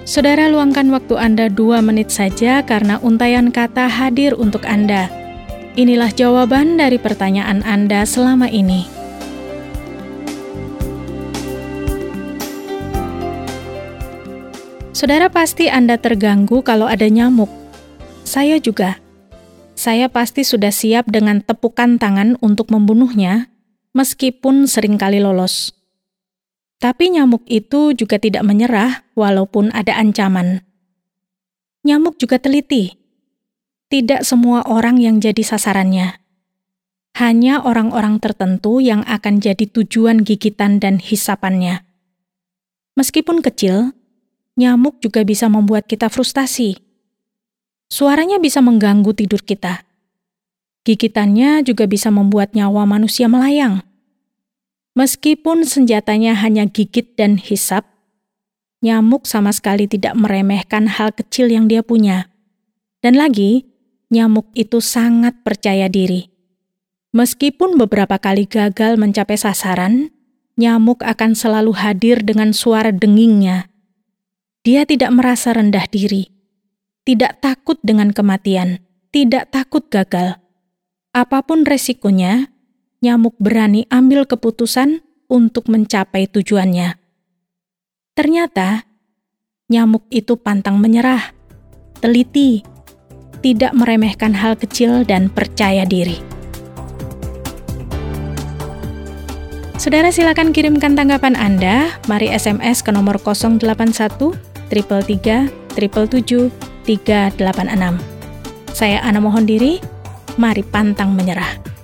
Saudara, luangkan waktu Anda 2 menit saja karena Untaian Kata hadir untuk Anda. Inilah jawaban dari pertanyaan Anda selama ini. Saudara, pasti Anda terganggu kalau ada nyamuk. Saya juga. Saya pasti sudah siap dengan tepukan tangan untuk membunuhnya, meskipun seringkali lolos. Tapi nyamuk itu juga tidak menyerah walaupun ada ancaman. Nyamuk juga teliti. Tidak semua orang yang jadi sasarannya. Hanya orang-orang tertentu yang akan jadi tujuan gigitan dan hisapannya. Meskipun kecil, nyamuk juga bisa membuat kita frustasi. Suaranya bisa mengganggu tidur kita. Gigitannya juga bisa membuat nyawa manusia melayang. Meskipun senjatanya hanya gigit dan hisap, nyamuk sama sekali tidak meremehkan hal kecil yang dia punya. Dan lagi, nyamuk itu sangat percaya diri. Meskipun beberapa kali gagal mencapai sasaran, nyamuk akan selalu hadir dengan suara dengingnya. Dia tidak merasa rendah diri, tidak takut dengan kematian, tidak takut gagal. Apapun resikonya, nyamuk berani ambil keputusan untuk mencapai tujuannya. Ternyata, nyamuk itu pantang menyerah, teliti, tidak meremehkan hal kecil dan percaya diri. Saudara, silakan kirimkan tanggapan Anda. Mari SMS ke nomor 081 333 777 386. Saya Ana mohon diri, mari pantang menyerah.